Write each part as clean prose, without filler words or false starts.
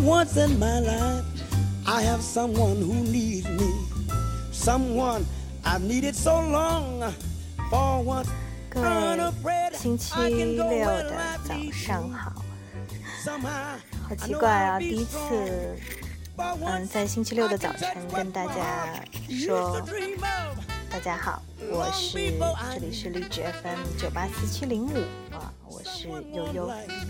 once in my life I have someone who needs me, someone I've needed so long. For once 各位星期六的早上好。好奇怪啊，第一次在星期六的早晨跟大家说大家好，这里是荔枝 FM 984-705啊，我是悠悠。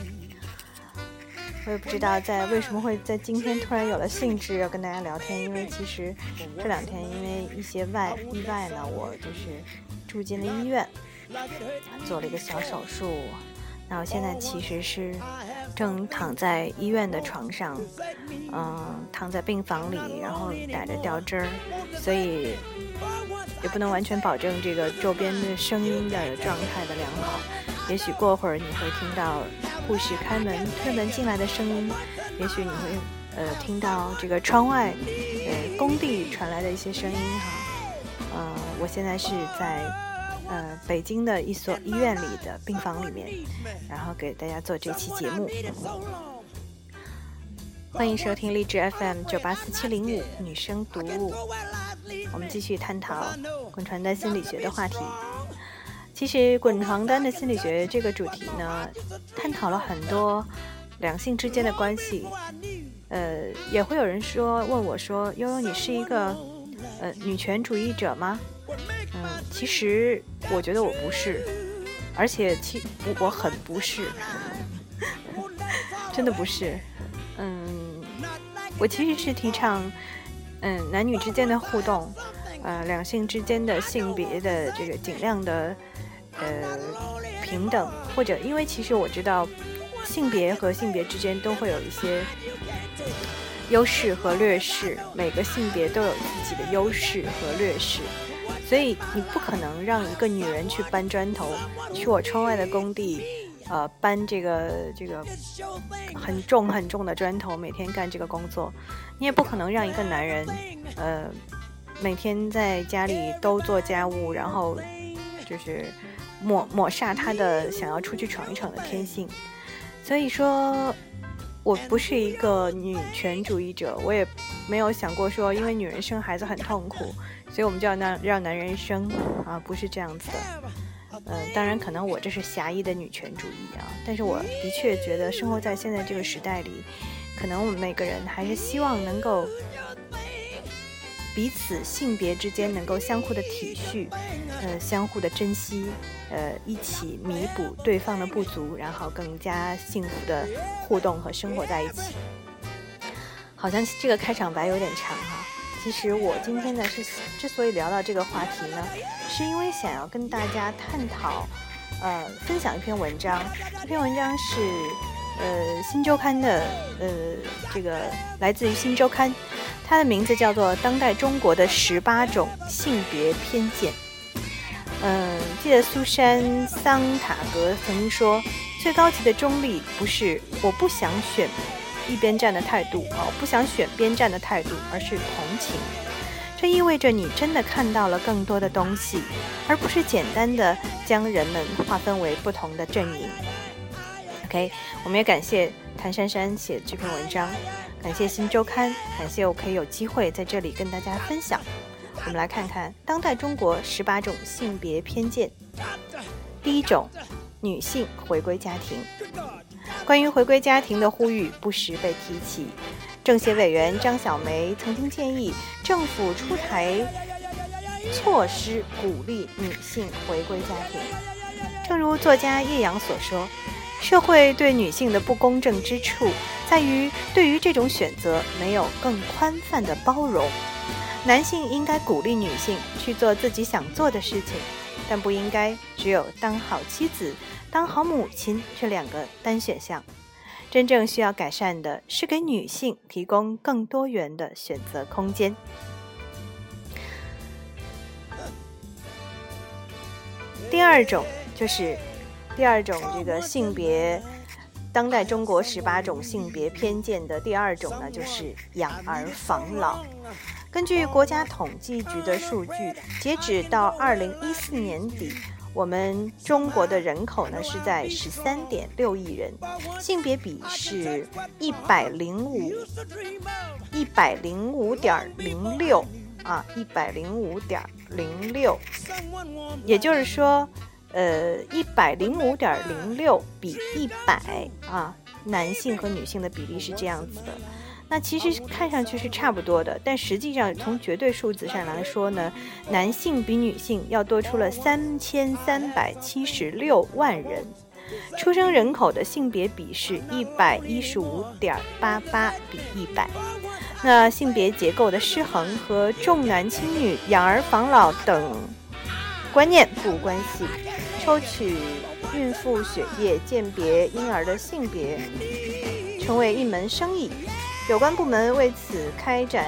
我也不知道为什么会在今天突然有了兴致要跟大家聊天，因为其实这2天因为一些意外呢，我就是住进了医院，做了一个小手术。那我现在其实是正躺在医院的床上，躺在病房里，然后打着吊针儿，所以也不能完全保证这个周边的声音的状态的良好。也许过会儿你会听到护士开门推门进来的声音，也许你会听到这个窗外工地传来的一些声音哈。我现在是在北京的一所医院里的病房里面，然后给大家做这期节目。欢迎收听荔枝 FM 984-705女生读物，我们继续探讨滚床单心理学的话题。其实滚床单的心理学这个主题呢，探讨了很多两性之间的关系。也会有人问我说，悠悠你是一个女权主义者吗？其实我觉得我不是，而且我很不是真的不是。我其实是提倡男女之间的互动，两性之间的性别的这个尽量的平等，或者因为其实我知道性别和性别之间都会有一些优势和劣势，每个性别都有自己的优势和劣势，所以你不可能让一个女人去搬砖头，去我窗外的工地搬这个很重的砖头，每天干这个工作。你也不可能让一个男人每天在家里都做家务，然后就是抹煞他的想要出去闯一闯的天性。所以说我不是一个女权主义者，我也没有想过说因为女人生孩子很痛苦，所以我们就要让男人生啊，不是这样子的。当然可能我这是狭义的女权主义啊，但是我的确觉得生活在现在这个时代里，可能我们每个人还是希望能够彼此性别之间能够相互的体恤，相互的珍惜，一起弥补对方的不足，然后更加幸福的互动和生活在一起。好像这个开场白有点长哈。其实我今天呢之所以聊到这个话题呢，是因为想要跟大家探讨分享一篇文章。这篇文章是新周刊的这个来自于新周刊，它的名字叫做《当代中国的18种性别偏见》。记得苏珊桑塔格曾经说，最高级的中立不是我不想选一边站的态度，不想选边站的态度，而是同情。这意味着你真的看到了更多的东西，而不是简单的将人们划分为不同的阵营。OK， 我们也感谢谭珊珊写这篇文章，感谢新周刊，感谢我可以有机会在这里跟大家分享。我们来看看当代中国18种性别偏见。第一种，女性回归家庭。关于回归家庭的呼吁不时被提起，政协委员张晓梅曾经建议政府出台措施鼓励女性回归家庭。正如作家叶阳所说，社会对女性的不公正之处在于对于这种选择没有更宽泛的包容。男性应该鼓励女性去做自己想做的事情，但不应该只有当好妻子、当好母亲这2个单选项。真正需要改善的是给女性提供更多元的选择空间。第二种这个性别，当代中国18种性别偏见的第2种呢，就是养儿防老。根据国家统计局的数据，截止到2014年底我们中国的人口呢是在13.6亿人，性别比是105.06啊，105.06，也就是说105.06比100啊，男性和女性的比例是这样子的。那其实看上去是差不多的，但实际上从绝对数字上来说呢，男性比女性要多出了3376万人。出生人口的性别比是115.88比100。那性别结构的失衡和重男轻女、养儿防老等观念不无关系。抽取孕妇血液鉴别婴儿的性别成为一门生意，有关部门为此开展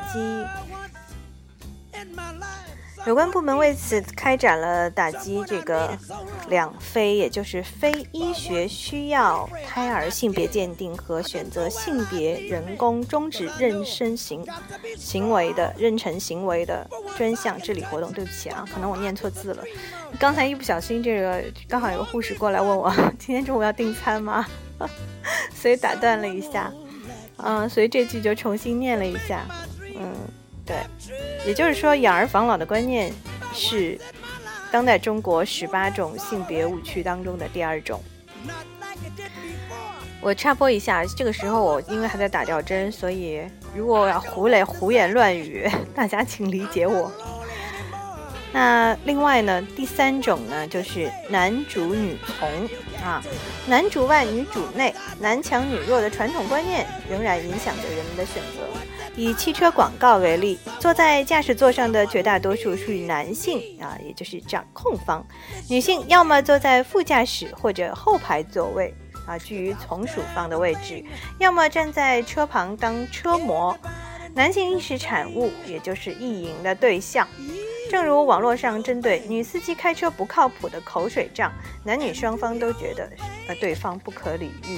了打击这个两非，也就是非医学需要胎儿性别鉴定和选择性别人工终止妊娠行为的专项治理活动。对不起啊，可能我念错字了，刚才一不小心这个刚好有个护士过来问我今天中午要订餐吗所以打断了一下，所以这句就重新念了一下。对，也就是说养儿防老的观念是当代中国18种性别误区当中的第2种。我插播一下，这个时候我因为还在打吊针，所以如果我要胡言乱语，大家请理解我。那另外呢，第3种呢就是男主女从啊，男主外女主内，男强女弱的传统观念仍然影响着人们的选择。以汽车广告为例，坐在驾驶座上的绝大多数属于男性啊，也就是掌控方，女性要么坐在副驾驶或者后排座位啊，居于从属方的位置，要么站在车旁当车模。男性意识产物，也就是意淫的对象。正如网络上针对女司机开车不靠谱的口水仗，男女双方都觉得对方不可理喻。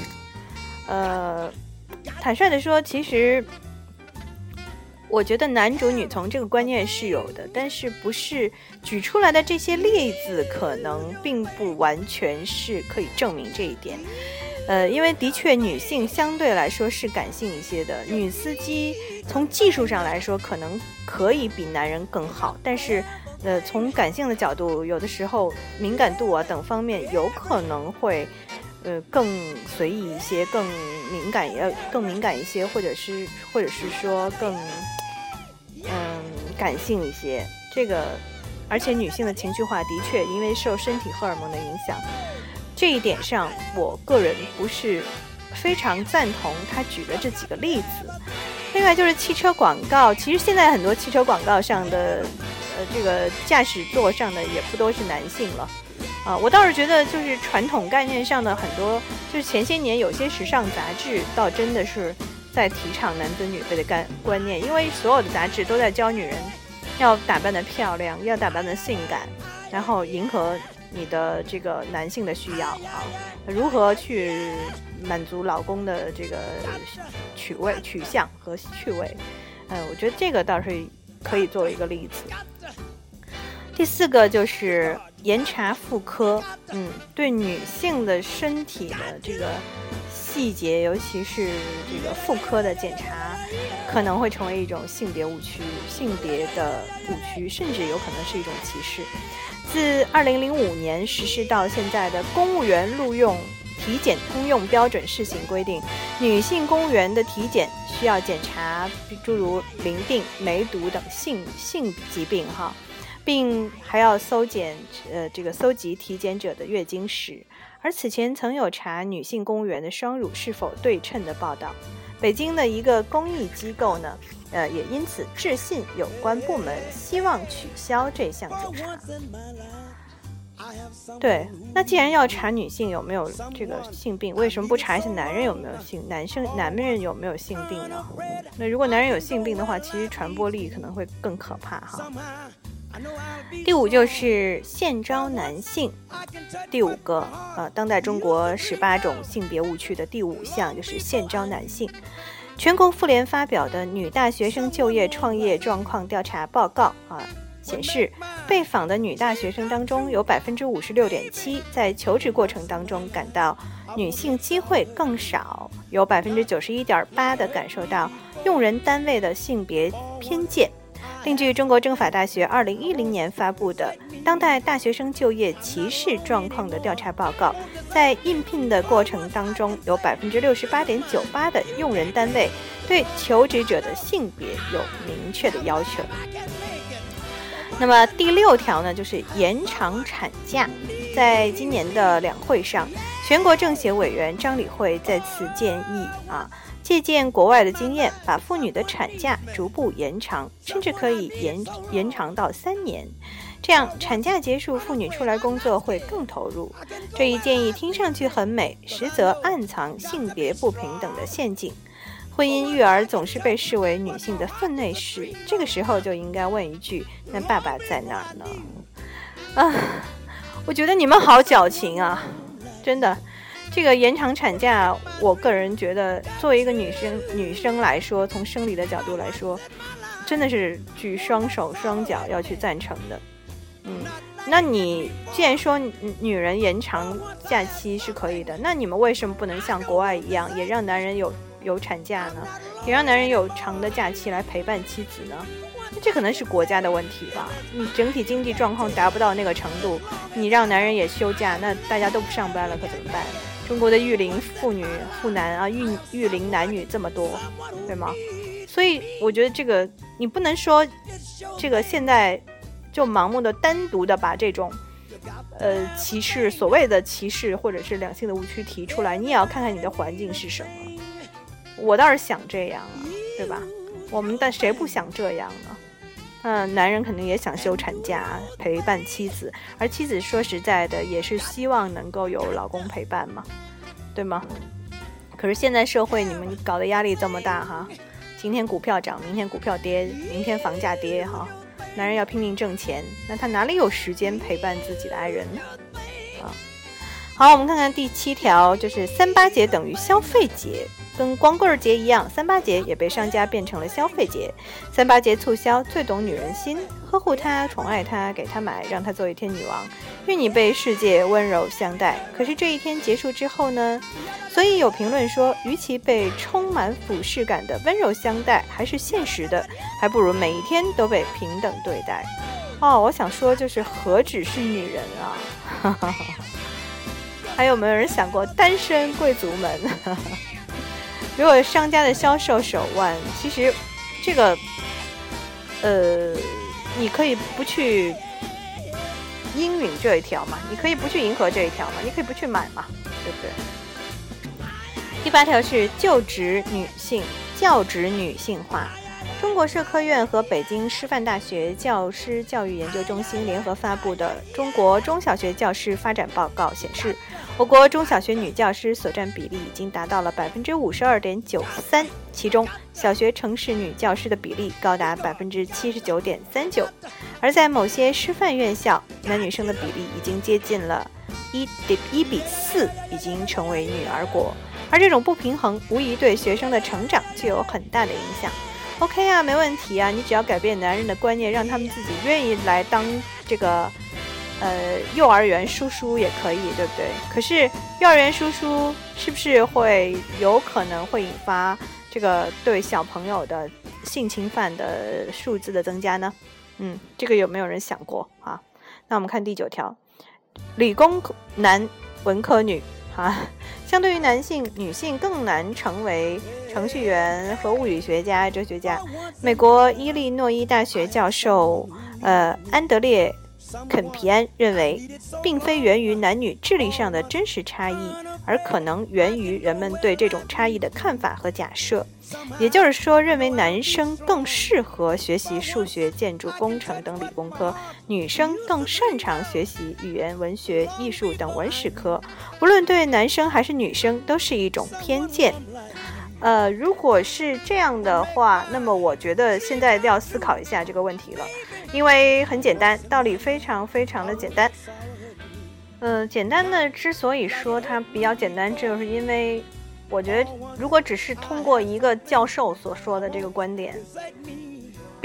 坦率地说，其实我觉得男主女从这个观念是有的，但是不是举出来的这些例子可能并不完全是可以证明这一点。因为的确女性相对来说是感性一些的，女司机从技术上来说可能可以比男人更好，但是从感性的角度，有的时候敏感度啊等方面有可能会更随意一些，更敏感一些，或者是说更感性一些。这个而且女性的情绪化的确因为受身体荷尔蒙的影响，这一点上我个人不是非常赞同他举的这几个例子。另外就是汽车广告，其实现在很多汽车广告上的这个驾驶座上的也不都是男性了啊。我倒是觉得就是传统概念上的很多，就是前些年有些时尚杂志倒真的是在提倡男尊女卑的观念，因为所有的杂志都在教女人要打扮得漂亮，要打扮得性感，然后迎合你的这个男性的需要啊，如何去满足老公的这个取向和趣味。我觉得这个倒是可以作为一个例子。第4个就是严查妇科，对女性的身体的这个细节，尤其是这个妇科的检查，可能会成为一种性别误区，甚至有可能是一种歧视。自2005年实施到现在的公务员录用体检通用标准试行规定，女性公务员的体检需要检查诸如淋病、梅毒等性疾病哈，并还要搜集体检者的月经史。而此前曾有查女性公务员的双乳是否对称的报道。北京的一个公益机构呢，也因此致信有关部门，希望取消这项检查。对，那既然要查女性有没有这个性病，为什么不查一下男人有没有男人有没有性病呢？那如果男人有性病的话，其实传播力可能会更可怕哈。第5就是现招男性。第5个当代中国18种性别误区的第5项就是现招男性。全国妇联发表的女大学生就业创业状况调查报告显示，被访的女大学生当中有 56.7% 在求职过程当中感到女性机会更少，有 91.8% 的感受到用人单位的性别偏见。另据中国政法大学2010年发布的《当代大学生就业歧视状况的调查报告》，在应聘的过程当中，有 68.98% 的用人单位对求职者的性别有明确的要求。那么第6条呢，就是延长产假。在今年的两会上，全国政协委员张理惠在此建议借鉴国外的经验，把妇女的产假逐步延长，甚至可以延长到3年。这样产假结束，妇女出来工作会更投入。这一建议听上去很美，实则暗藏性别不平等的陷阱。婚姻育儿总是被视为女性的分内事，这个时候就应该问一句：那爸爸在哪儿呢？我觉得你们好矫情啊，真的。这个延长产假，我个人觉得作为一个女生来说，从生理的角度来说，真的是举双手双脚要去赞成的。那你既然说女人延长假期是可以的，那你们为什么不能像国外一样，也让男人有产假呢？也让男人有长的假期来陪伴妻子呢？这可能是国家的问题吧。你整体经济状况达不到那个程度，你让男人也休假，那大家都不上班了，可怎么办？中国的育龄妇男育龄男女这么多，对吗？所以我觉得这个你不能说这个现在就盲目的单独的把这种歧视，所谓的歧视或者是两性的误区提出来，你也要看看你的环境是什么。我倒是想这样对吧？但谁不想这样呢？男人肯定也想休产假陪伴妻子，而妻子说实在的也是希望能够有老公陪伴嘛，对吗？可是现在社会你们搞的压力这么大今天股票涨，明天股票跌，明天房价跌男人要拼命挣钱，那他哪里有时间陪伴自己的爱人呢？好，我们看看第7条，就是3·8节等于消费节。跟光棍节一样，3·8节也被商家变成了消费节。3·8节促销最懂女人心，呵护她，宠爱她，给她买，让她做一天女王，愿你被世界温柔相待。可是这一天结束之后呢？所以有评论说，与其被充满俯视感的温柔相待，还是现实的，还不如每一天都被平等对待。我想说就是何止是女人啊还有没有人想过单身贵族们如果商家的销售手腕，其实这个你可以不去应允这一条嘛，你可以不去迎合这一条嘛，你可以不去买嘛，对不对？第8条是教职女性化。中国社科院和北京师范大学教师教育研究中心联合发布的《中国中小学教师发展报告》显示，我国中小学女教师所占比例已经达到了 52.93%， 其中小学城市女教师的比例高达 79.39%， 而在某些师范院校，男女生的比例已经接近了1:4，已经成为女儿国。而这种不平衡无疑对学生的成长具有很大的影响。OK 没问题你只要改变男人的观念，让他们自己愿意来当这个幼儿园叔叔也可以，对不对？可是幼儿园叔叔是不是有可能会引发这个对小朋友的性侵犯的数字的增加呢？这个有没有人想过那我们看第9条，理工男文科女相对于男性，女性更难成为程序员和物理学家、哲学家。美国伊利诺伊大学教授安德烈肯皮安认为，并非源于男女智力上的真实差异，而可能源于人们对这种差异的看法和假设。也就是说，认为男生更适合学习数学、建筑工程等理工科，女生更擅长学习语言、文学、艺术等文史科。无论对男生还是女生，都是一种偏见。如果是这样的话，那么我觉得现在要思考一下这个问题了，因为很简单，道理非常非常的简单。简单的之所以说它比较简单，就是因为我觉得如果只是通过一个教授所说的这个观点，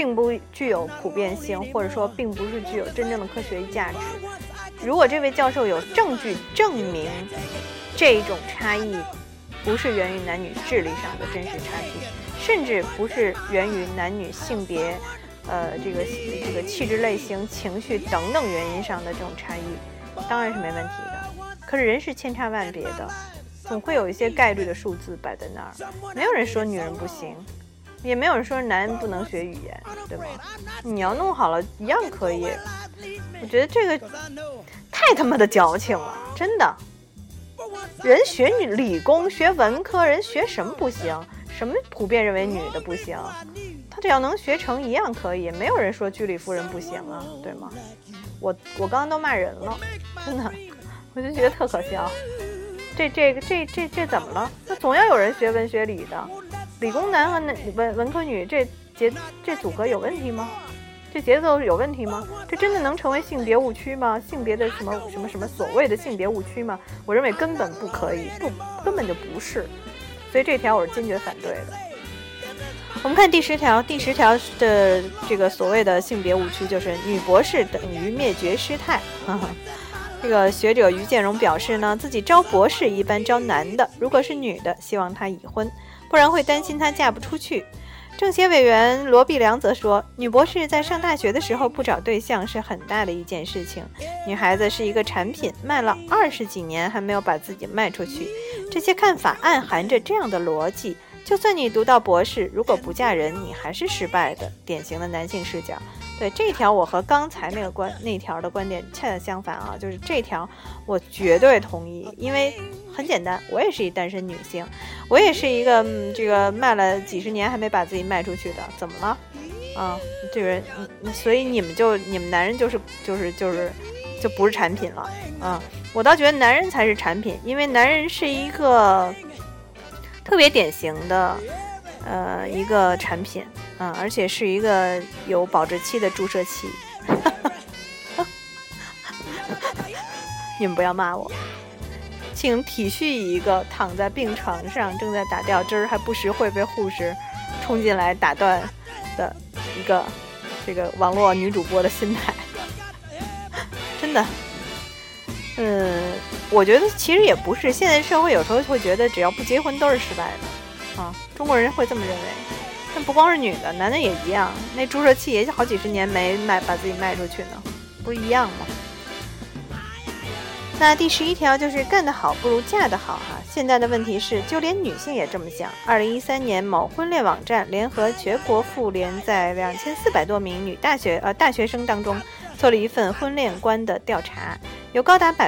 并不具有普遍性，或者说并不是具有真正的科学价值。如果这位教授有证据证明这种差异不是源于男女智力上的真实差距，甚至不是源于男女性别这个气质类型、情绪等等原因上的这种差异，当然是没问题的。可是人是千差万别的，总会有一些概率的数字摆在那儿。没有人说女人不行，也没有人说男人不能学语言，对吗？你要弄好了一样可以。我觉得这个太他妈的矫情了，真的。人学理工学文科，人学什么不行？什么普遍认为女的不行？他只要能学成一样可以，没有人说居里夫人不行啊，对吗？我刚刚都骂人了，真的，我就觉得特可笑。这怎么了？那总要有人学文学理的，理工男和文科女这组合有问题吗？这节奏有问题吗？这真的能成为性别误区吗？性别的什么所谓的性别误区吗？我认为根本不可以，根本就不是。所以这条我是坚决反对的。我们看第10条，第10条的这个所谓的性别误区就是女博士等于灭绝师太。这个学者于建荣表示呢，自己招博士一般招男的，如果是女的，希望她已婚，不然会担心她嫁不出去。政协委员罗碧良则说，女博士在上大学的时候不找对象是很大的一件事情，女孩子是一个产品，卖了20几年还没有把自己卖出去。这些看法暗含着这样的逻辑，就算你读到博士，如果不嫁人，你还是失败的，典型的男性视角。对，这一条我和刚才那条的观点恰恰相反啊，就是这条我绝对同意，因为很简单，我也是一单身女性，我也是一个这个卖了几十年还没把自己卖出去的，怎么了啊？这个所以你们男人就不是产品了啊！我倒觉得男人才是产品，因为男人是一个特别典型的一个产品。而且是一个有保质期的注射器。你们不要骂我，请体恤一个躺在病床上正在打吊针还不时会被护士冲进来打断的一个这个网络女主播的心态。真的，我觉得其实也不是，现在社会有时候会觉得只要不结婚都是失败的啊，中国人会这么认为。但不光是女的，男的也一样，那注射器也好几十年没把自己卖出去呢，不是一样吗？那第11条就是干得好不如嫁得好哈。现在的问题是，就连女性也这么想。2013年，某婚恋网站联合全国妇联在2400多名女大学生当中做了一份婚恋观的调查，有高达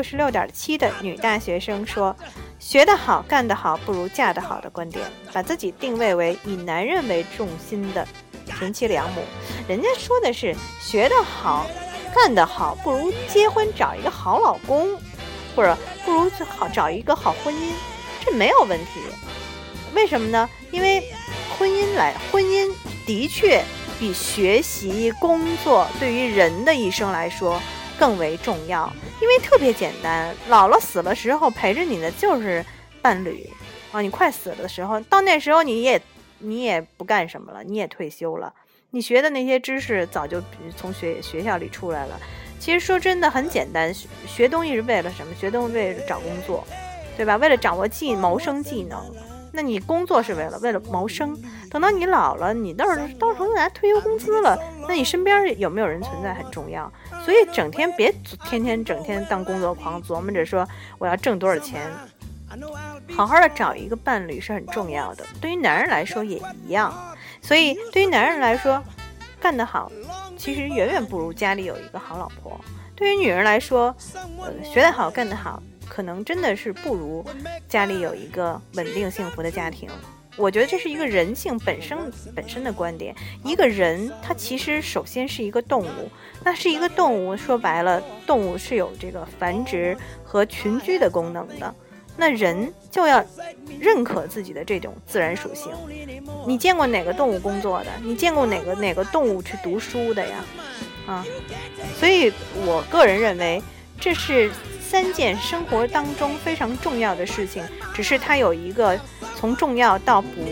66.7%的女大学生说，学得好、干得好不如嫁得好的观点，把自己定位为以男人为重心的贤妻良母。人家说的是学得好、干得好不如结婚找一个好老公，或者不如找一个好婚姻，这没有问题。为什么呢？因为婚姻的确比学习工作对于人的一生来说更为重要，因为特别简单，老了死了时候陪着你的就是伴侣啊！你快死的时候，到那时候你也不干什么了，你也退休了，你学的那些知识早就从学校里出来了。其实说真的很简单，学东西是为了什么？学东西为了找工作，对吧？为了掌握谋生技能。那你工作是为了谋生，等到你老了，你到时候拿退休工资了，那你身边有没有人存在很重要。所以整天别整天当工作狂，琢磨着说我要挣多少钱。好好的找一个伴侣是很重要的，对于男人来说也一样。所以对于男人来说，干得好其实远远不如家里有一个好老婆。对于女人来说，学得好干得好可能真的是不如家里有一个稳定幸福的家庭。我觉得这是一个人性本身的观点。一个人他其实首先是一个动物，那是一个动物，说白了动物是有这个繁殖和群居的功能的，那人就要认可自己的这种自然属性。你见过哪个动物工作的？你见过哪个动物去读书的呀？所以我个人认为这是3件生活当中非常重要的事情，只是它有一个从重要到不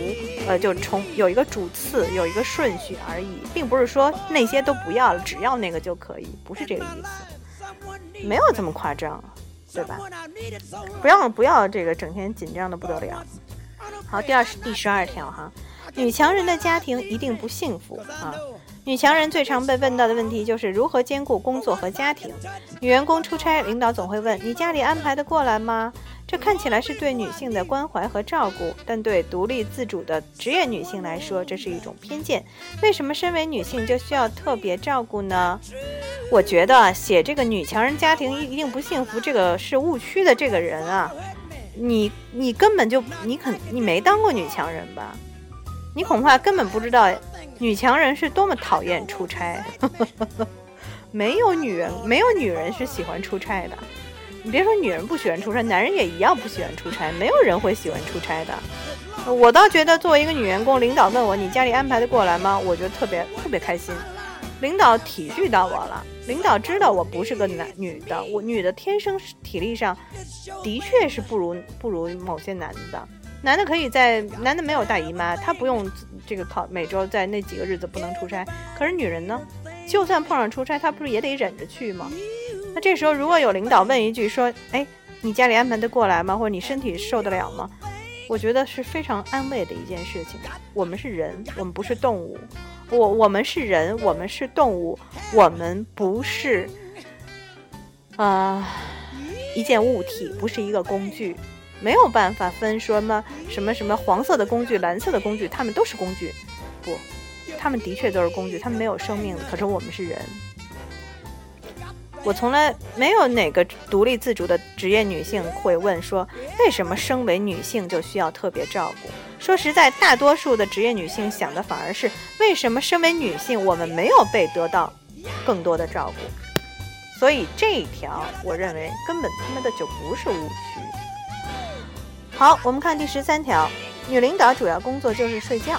就有一个主次，有一个顺序而已，并不是说那些都不要了，只要那个就可以，不是这个意思，没有这么夸张，对吧？不要这个整天紧张的不得了。好，第12条哈，女强人的家庭一定不幸福啊。女强人最常被问到的问题就是如何兼顾工作和家庭。女员工出差，领导总会问你家里安排得过来吗？这看起来是对女性的关怀和照顾，但对独立自主的职业女性来说，这是一种偏见。为什么身为女性就需要特别照顾呢？我觉得写这个女强人家庭一定不幸福，这个是误区的。这个人啊，你根本就你没当过女强人吧？你恐怕根本不知道女强人是多么讨厌出差。没有女人是喜欢出差的。你别说女人不喜欢出差，男人也一样不喜欢出差，没有人会喜欢出差的。我倒觉得作为一个女员工，领导问我你家里安排得过来吗？我觉得特别开心。领导体恤到我了，领导知道我不是个女的，我女的天生体力上的确是不如某些男的。男的没有大姨妈，他不用这个每周在那几个日子不能出差。可是女人呢，就算碰上出差，她不是也得忍着去吗？那这时候如果有领导问一句说，哎，你家里安排得过来吗？或者你身体受得了吗？我觉得是非常安慰的一件事情。我们是人，我们不是动物。我们是人，我们是动物，我们不是一件物体，不是一个工具。没有办法分说什么黄色的工具，蓝色的工具，他们都是工具。不，他们的确都是工具，他们没有生命的，可是我们是人。我从来没有哪个独立自主的职业女性会问说，为什么身为女性就需要特别照顾？说实在，大多数的职业女性想的反而是，为什么身为女性我们没有被得到更多的照顾？所以这一条我认为根本他妈的就不是误区。好，我们看第13条，女领导主要工作就是睡觉。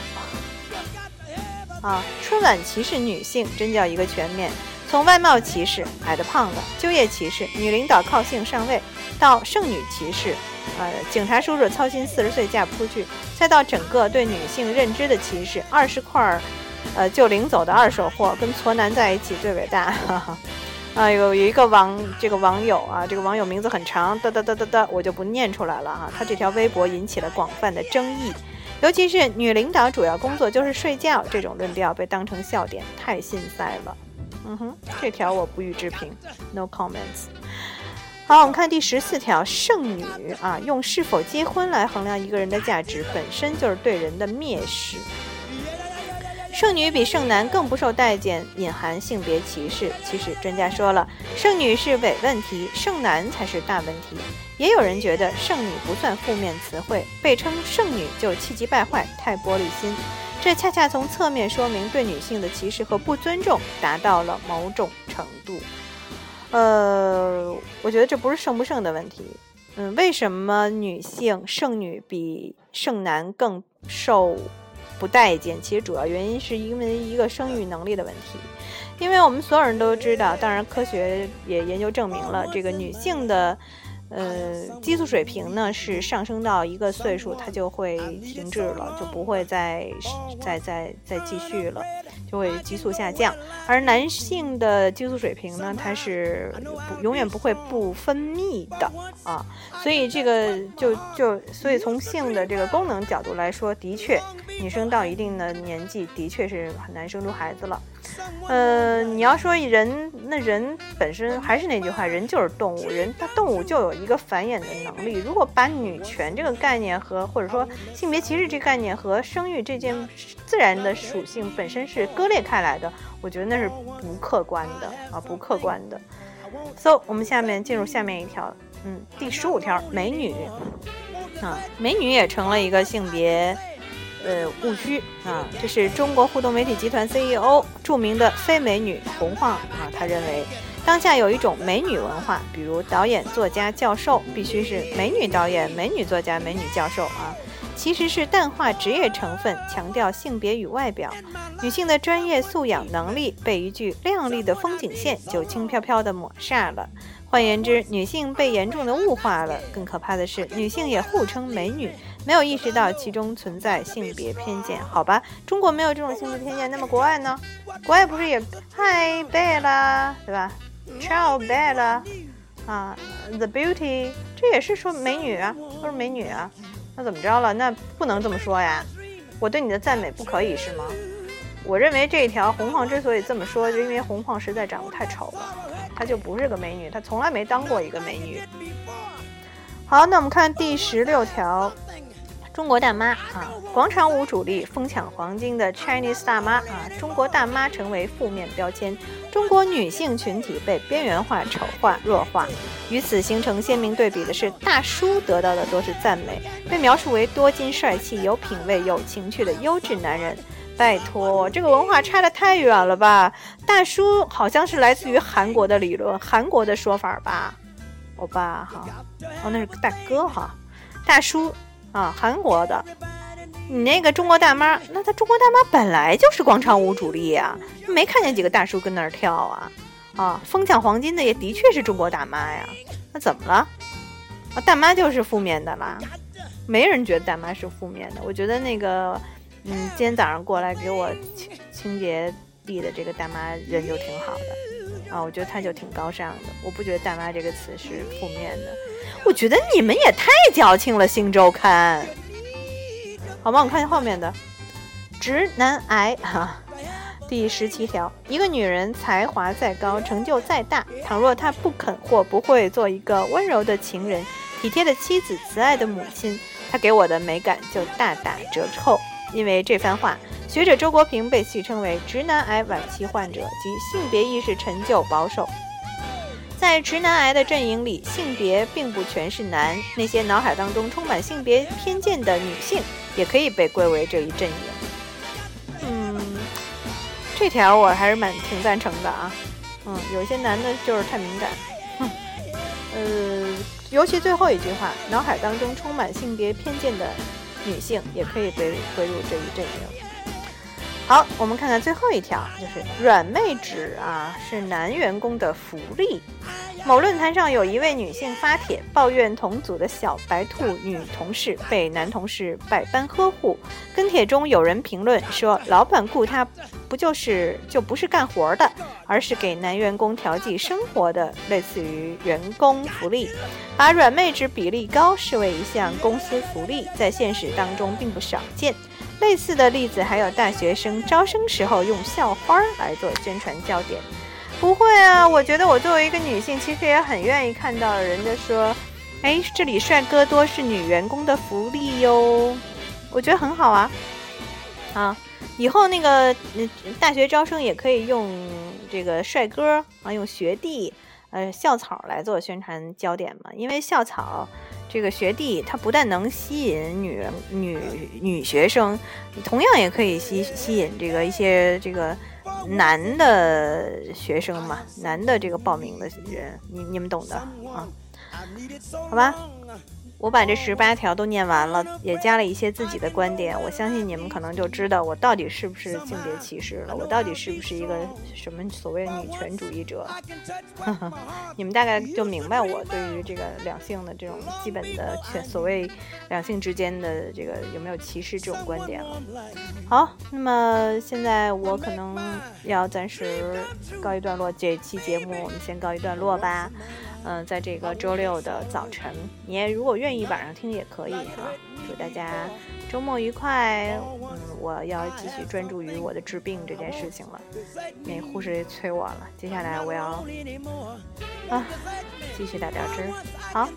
春晚歧视女性真叫一个全面，从外貌歧视，矮的胖的，就业歧视，女领导靠性上位，到剩女歧视，警察叔叔操心40岁嫁不出去，再到整个对女性认知的歧视，20块就领走的二手货，跟矬男在一起最伟大。有一个网友啊，这个网友名字很长，我就不念出来了哈。他这条微博引起了广泛的争议，尤其是女领导主要工作就是睡觉这种论调被当成笑点，太心塞了。这条我不予置评 ，no comments。好，我们看第14条，剩女啊，用是否结婚来衡量一个人的价值，本身就是对人的蔑视。剩女比剩男更不受待见，隐含性别歧视。其实专家说了，剩女是伪问题，剩男才是大问题。也有人觉得剩女不算负面词汇，被称剩女就气急败坏，太玻璃心。这恰恰从侧面说明对女性的歧视和不尊重达到了某种程度。我觉得这不是剩不剩的问题。为什么女性剩女比剩男更受不待见？其实主要原因是因为一个生育能力的问题。因为我们所有人都知道，当然科学也研究证明了，这个女性的激素水平呢是上升到一个岁数它就会停滞了，就不会再继续了，就会激素下降。而男性的激素水平呢，它是永远不会不分泌的啊，所以这个所以从性的这个功能角度来说，的确女生到一定的年纪的确是很难生出孩子了。你要说人本身还是那句话，人就是动物，动物就有一个繁衍的能力。如果把女权这个概念或者说性别歧视这个概念和生育这件自然的属性本身是割裂开来的，我觉得那是不客观的。So 我们下面进入下面一条，第15条，美女美女也成了一个性别误区啊。这是中国互动媒体集团 CEO 著名的非美女洪晃他认为当下有一种美女文化，比如导演、作家、教授必须是美女导演、美女作家、美女教授其实是淡化职业成分，强调性别与外表。女性的专业素养能力被一句亮丽的风景线就轻飘飘地抹煞了。 换言之，女性被严重的物化了。更可怕的是，女性也互称美女，没有意识到其中存在性别偏见。好吧，中国没有这种性别偏见，那么国外呢？国外不是也Hi Bella， 对吧？ Ciao Bella 啊 The Beauty， 这也是说美女啊，都是美女啊。那怎么着了？那不能这么说呀。我对你的赞美不可以是吗？我认为这一条红胖之所以这么说，就因为红胖实在长得太丑了，她就不是个美女，她从来没当过一个美女。好，那我们看第16条，中国大妈啊，广场舞主力疯抢黄金的 Chinese 大妈啊，中国大妈成为负面标签，中国女性群体被边缘化、丑化、弱化。与此形成鲜明对比的是，大叔得到的多是赞美，被描述为多金帅气、有品味、有情趣的优质男人。拜托，这个文化差得太远了吧？大叔好像是来自于韩国的理论，韩国的说法吧？欧巴哈，哦，那是大哥哈，大叔啊，韩国的。你那个中国大妈，那他中国大妈本来就是广场舞主力呀，没看见几个大叔跟那儿跳啊？啊，疯抢黄金的也的确是中国大妈呀，那怎么了？啊，大妈就是负面的啦，没人觉得大妈是负面的。我觉得那个，今天早上过来给我清洁地的这个大妈人就挺好的啊，我觉得她就挺高尚的。我不觉得大妈这个词是负面的。我觉得你们也太矫情了，《新周刊》。好吧，我们看后面的直男癌哈。第17条，一个女人才华再高，成就再大，倘若她不肯或不会做一个温柔的情人、体贴的妻子、慈爱的母亲，她给我的美感就大打折扣。因为这番话，学者周国平被戏称为直男癌晚期患者及性别意识陈旧保守。在直男癌的阵营里，性别并不全是男，那些脑海当中充满性别偏见的女性也可以被归为这一阵营。这条我还是挺赞成的啊。有一些男的就是太敏感。尤其最后一句话，脑海当中充满性别偏见的女性也可以被归入这一阵营。好，我们看看最后一条，就是软妹纸啊是男员工的福利。某论坛上有一位女性发帖抱怨同组的小白兔女同事被男同事百般呵护，跟帖中有人评论说，老板雇她就不是干活的，而是给男员工调剂生活的，类似于员工福利。把软妹纸比例高视为一项公司福利，在现实当中并不少见。类似的例子还有大学生招生时候用校花来做宣传焦点。不会啊，我觉得我作为一个女性，其实也很愿意看到人家说，这里帅哥多是女员工的福利哟，我觉得很好啊。以后那个大学招生也可以用这个帅哥啊，用学弟校草来做宣传焦点嘛，因为校草这个学弟他不但能吸引女学生，同样也可以吸引这个一些这个男的学生嘛，男的这个报名的人，你们懂的啊。好吧，我把这18条都念完了，也加了一些自己的观点，我相信你们可能就知道我到底是不是性别歧视了，我到底是不是一个什么所谓女权主义者。你们大概就明白我对于这个两性的这种基本的所谓两性之间的这个有没有歧视这种观点了。好，那么现在我可能要暂时告一段落，这期节目我们先告一段落吧。在这个周六的早晨，你也如果愿意晚上听也可以啊。祝大家周末愉快。我要继续专注于我的治病这件事情了。那护士也催我了，接下来我要继续打吊针。好，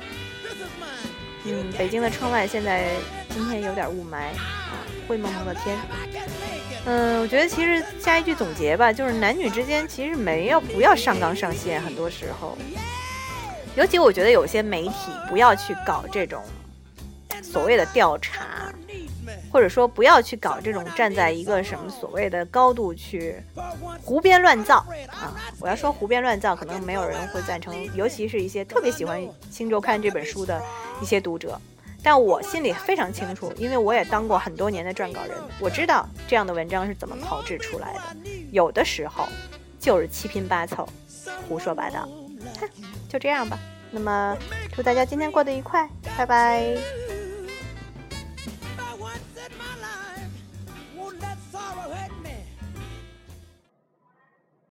北京的窗外现在今天有点雾霾啊，灰蒙蒙的天。我觉得其实下一句总结吧，就是男女之间其实不要上纲上线，很多时候。尤其我觉得有些媒体不要去搞这种所谓的调查，或者说不要去搞这种站在一个什么所谓的高度去胡编乱造啊！我要说胡编乱造，可能没有人会赞成，尤其是一些特别喜欢《新周刊》这本书的一些读者。但我心里非常清楚，因为我也当过很多年的撰稿人，我知道这样的文章是怎么炮制出来的，有的时候就是七拼八凑胡说八道。 就这样吧。那么祝大家今天过得愉快，拜拜。